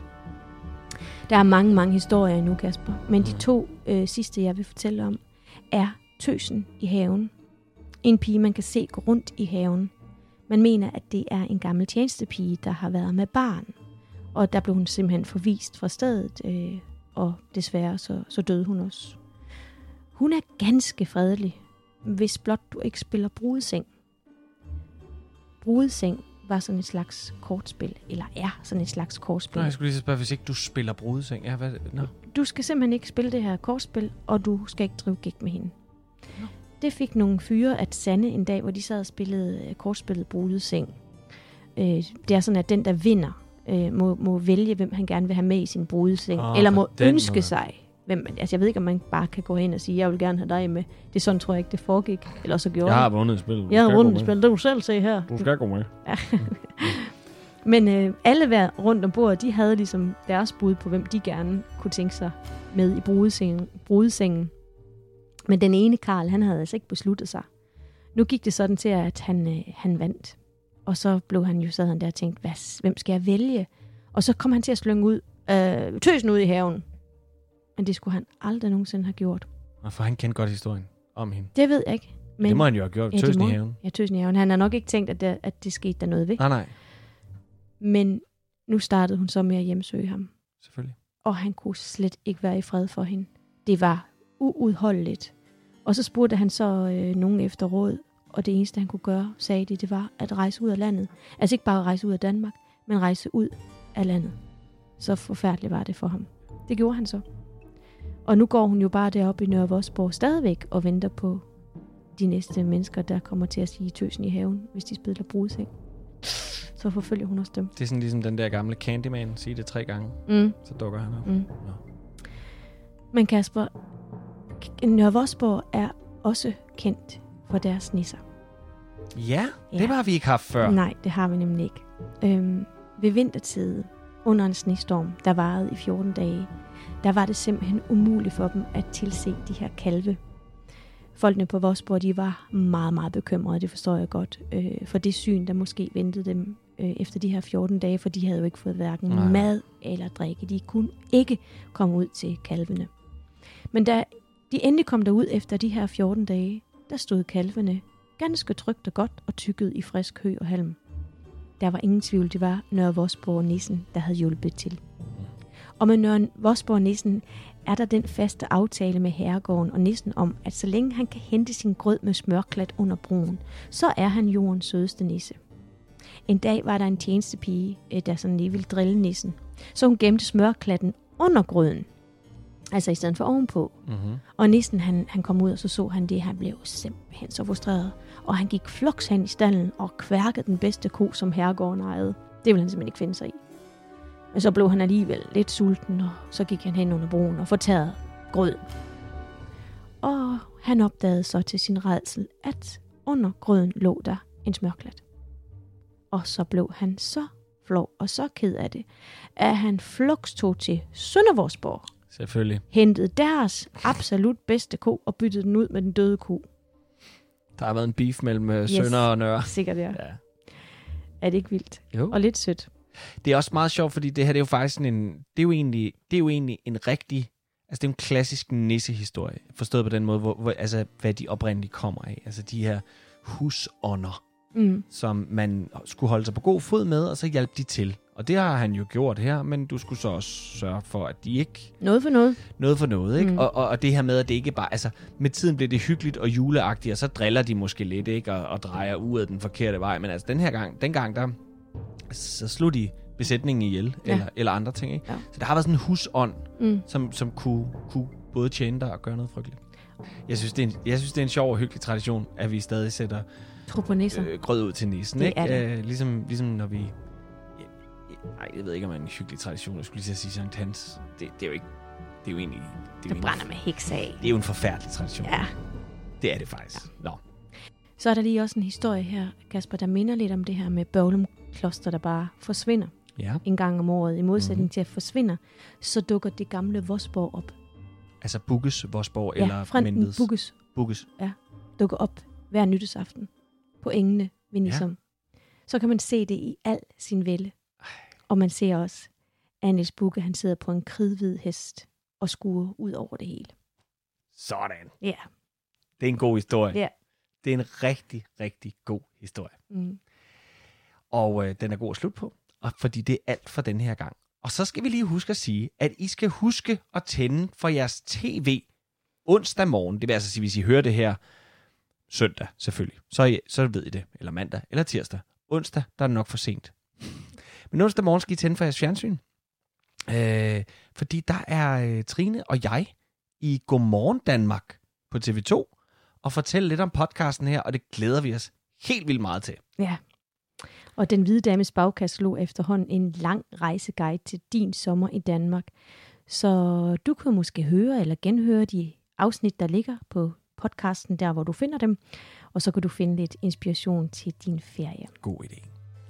Der er mange, mange historier nu, Kasper, men de to øh, sidste, jeg vil fortælle om, er Tøsen i haven. En pige, man kan se gå rundt i haven. Man mener, at det er en gammel tjenestepige, der har været med barn. Og der blev hun simpelthen forvist fra stedet, øh, og desværre så, så døde hun også. Hun er ganske fredelig, hvis blot du ikke spiller brudeseng. Brudeseng var sådan et slags kortspil, eller er sådan et slags kortspil. Nå, jeg skulle lige spørge, hvis ikke du spiller brudeseng. Ja, hvad? Nå. Du skal simpelthen ikke spille det her kortspil, og du skal ikke drive gæk med hende. Nå. Det fik nogle fyre at sande en dag, hvor de sad og spillede kortspillet brudeseng. Øh, det er sådan, at den, der vinder, øh, må, må vælge, hvem han gerne vil have med i sin brudeseng, oh, eller må ønske måde. sig. Hvem, altså jeg ved ikke, om man bare kan gå hen og sige, jeg vil gerne have dig med. Det er sådan, tror jeg ikke, det foregik. Eller så gjorde jeg har vundet spillet. Jeg har vundet spillet. Det kan du selv se her. Du skal gå med. Ja. Men øh, alle der rundt om bordet, de havde ligesom deres bud på, hvem de gerne kunne tænke sig med i brudesengen. brudesengen. Men den ene Karl, han havde altså ikke besluttet sig. Nu gik det sådan til, at han, øh, han vandt. Og så blev han jo sådan der og tænkte, hvad, hvem skal jeg vælge? Og så kom han til at slynge ud, øh, tøsen ud i haven. Men det skulle han aldrig nogensinde have gjort. For han kendte godt historien om hende. Det ved jeg ikke. Men det må han jo have gjort. Ja, Tøsen i haven. Ja, Tøsen i haven. Han har nok ikke tænkt, at det, at det skete der noget ved. Nej, nej. Men nu startede hun så med at hjemsøge ham. Selvfølgelig. Og han kunne slet ikke være i fred for hende. Det var uudholdeligt. Og så spurgte han så øh, nogen efter råd, og det eneste han kunne gøre, sagde de, det var at rejse ud af landet. Altså ikke bare rejse ud af Danmark, men rejse ud af landet. Så forfærdeligt var det for ham. Det gjorde han så. Og nu går hun jo bare deroppe i Nørre Vosborg stadigvæk og venter på de næste mennesker, der kommer til at sige tøsen i haven, hvis de spiller brudseng. Så forfølger hun også dem. Det er sådan ligesom den der gamle Candyman, sige det tre gange, Mm. så dukker han op. Mm. Ja. Men Kasper, Nørre Vosborg er også kendt for deres nisser. Ja, det Ja. har vi ikke haft før. Nej, det har vi nemlig ikke. Øhm, ved vintertid, under en snestorm, der varede i fjorten dage, der var det simpelthen umuligt for dem at tilse de her kalve. Folkene på Vosborg, de var meget, meget bekymrede, det forstår jeg godt, øh, for det syn, der måske ventede dem øh, efter de her fjorten dage, for de havde jo ikke fået hverken Nej. mad eller drikke. De kunne ikke komme ud til kalvene. Men da de endelig kom derud efter de her fjorten dage, der stod kalvene ganske trygt og godt og tykkede i frisk hø og halm. Der var ingen tvivl, det var Nørre Vosborg Nissen, der havde hjulpet til. Og med Nørre Vosborg Nissen er der den faste aftale med herregården og nissen om, at så længe han kan hente sin grød med smørklat under broen, så er han jordens sødeste nisse. En dag var der en tjenestepige, der sådan lige ville drille nissen, så hun gemte smørklatten under grøden, altså i stedet for ovenpå. Mm-hmm. Og nissen, han, han kom ud, og så så han det, han blev simpelthen så frustreret. Og han gik floks hen i stallen og kværkede den bedste ko, som herregården ejede. Det ville han simpelthen ikke finde sig i. Men så blev han alligevel lidt sulten, og så gik han hen under broen og fortærede grød. Og han opdagede så til sin rædsel, at under grøden lå der en smørklat. Og så blev han så flov og så ked af det, at han floks tog til Søndervorsborg. Selvfølgelig. Hentede deres absolut bedste ko og byttede den ud med den døde ko. Der har været en beef mellem yes. Yes. Sønder og Nørre. Sikkert, ja. Ja. Er det ikke vildt? Jo. Og lidt sødt. Det er også meget sjovt, fordi det her det er jo faktisk sådan en, det er jo egentlig, det er jo egentlig en rigtig, altså det er jo en klassisk nissehistorie, forstået på den måde, hvor, hvor, altså hvad de oprindeligt kommer af. Altså de her husånder, Mm. som man skulle holde sig på god fod med, og så hjælpe de til. Og det har han jo gjort her, men du skulle så også sørge for, at de ikke... Noget for noget. Noget for noget, ikke? Mm. Og, og, og det her med, at det ikke bare... Altså, med tiden bliver det hyggeligt og juleagtigt, og så driller de måske lidt, ikke? Og, og drejer uret den forkerte vej. Men altså, den her gang, den gang der... Så slog de besætningen ihjel, Ja. eller, eller andre ting, ikke? Ja. Så der har været sådan en husånd, Mm. som, som kunne, kunne både tjene dig og gøre noget frygteligt. Jeg synes, det er en, jeg synes, det er en sjov og hyggelig tradition, at vi stadig sætter Tro på nisser. øh, grød ud til nissen, Det ikke? er det. Øh, ligesom, ligesom når vi... Nej, jeg ved ikke, om det er en hyggelig tradition. Jeg skulle lige til at sige Sankt Hans. Det, det er jo ikke... Det er jo egentlig... Det er, jo Der brænder egentlig, med heks af. det er jo en forfærdelig tradition. Ja. Det er det faktisk. Ja. Nå. Så er der lige også en historie her, Kasper, der minder lidt om det her med Børglum Kloster, der bare forsvinder Ja. en gang om året. I modsætning Mhm. til at forsvinder, så dukker det gamle Vosborg op. Altså Bugges, Vosborg Ja, eller Frenten Menveds. Bugges Bugges. dukker op hver nytårsaften på engene ved Nissum. Ja. Så kan man se det i al sin vælde. Og man ser også, at Niels Bugge, han sidder på en kridhvid hest og skuer ud over det hele. Sådan. Ja. Det er en god historie. Ja. Det er en rigtig, rigtig god historie. Mm. Og øh, den er god at slutte på, og fordi det er alt for den her gang. Og så skal vi lige huske at sige, at I skal huske at tænde for jeres tv onsdag morgen. Det vil altså sige, hvis I hører det her søndag, selvfølgelig. Så, I, så ved I det. Eller mandag, eller tirsdag. Onsdag, der er det nok for sent. Men onsdag morgen skal I tænde for jeres fjernsyn. Øh, fordi der er øh, Trine og jeg i Godmorgen Danmark på T V to og fortælle lidt om podcasten her, og det glæder vi os helt vildt meget til. Ja. Og Den Hvide Dames Bagkasse lå efterhånden en lang rejseguide til din sommer i Danmark. Så du kan måske høre eller genhøre de afsnit, der ligger på podcasten, der hvor du finder dem. Og så kan du finde lidt inspiration til din ferie. God idé.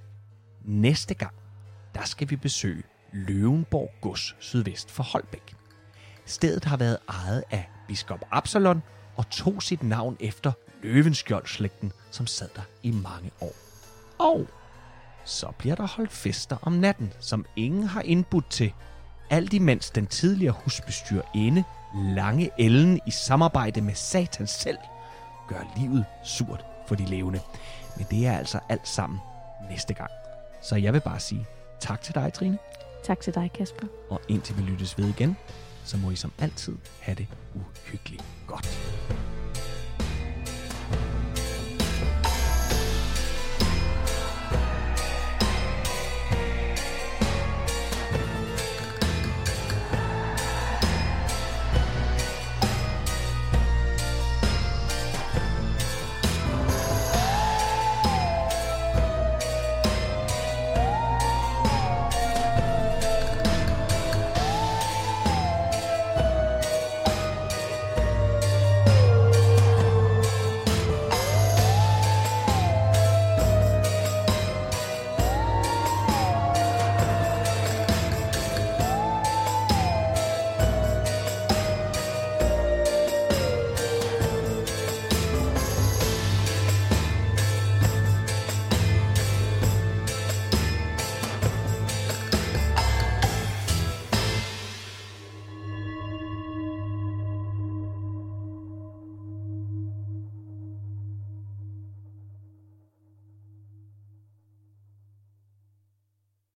Næste gang, der skal vi besøge Løvenborg Gods sydvest for Holbæk. Stedet har været ejet af biskop Absalon og tog sit navn efter Løvenskjold-slægten, som sad der i mange år. Og så bliver der holdt fester om natten, som ingen har indbudt til. Alt imens den tidligere husbestyrerinde, Lange Ellen, i samarbejde med Satan selv, gør livet surt for de levende. Men det er altså alt sammen næste gang. Så jeg vil bare sige Tak til dig, Trine. Tak til dig, Kasper. Og indtil vi lyttes ved igen, så må I som altid have det uhyggeligt godt.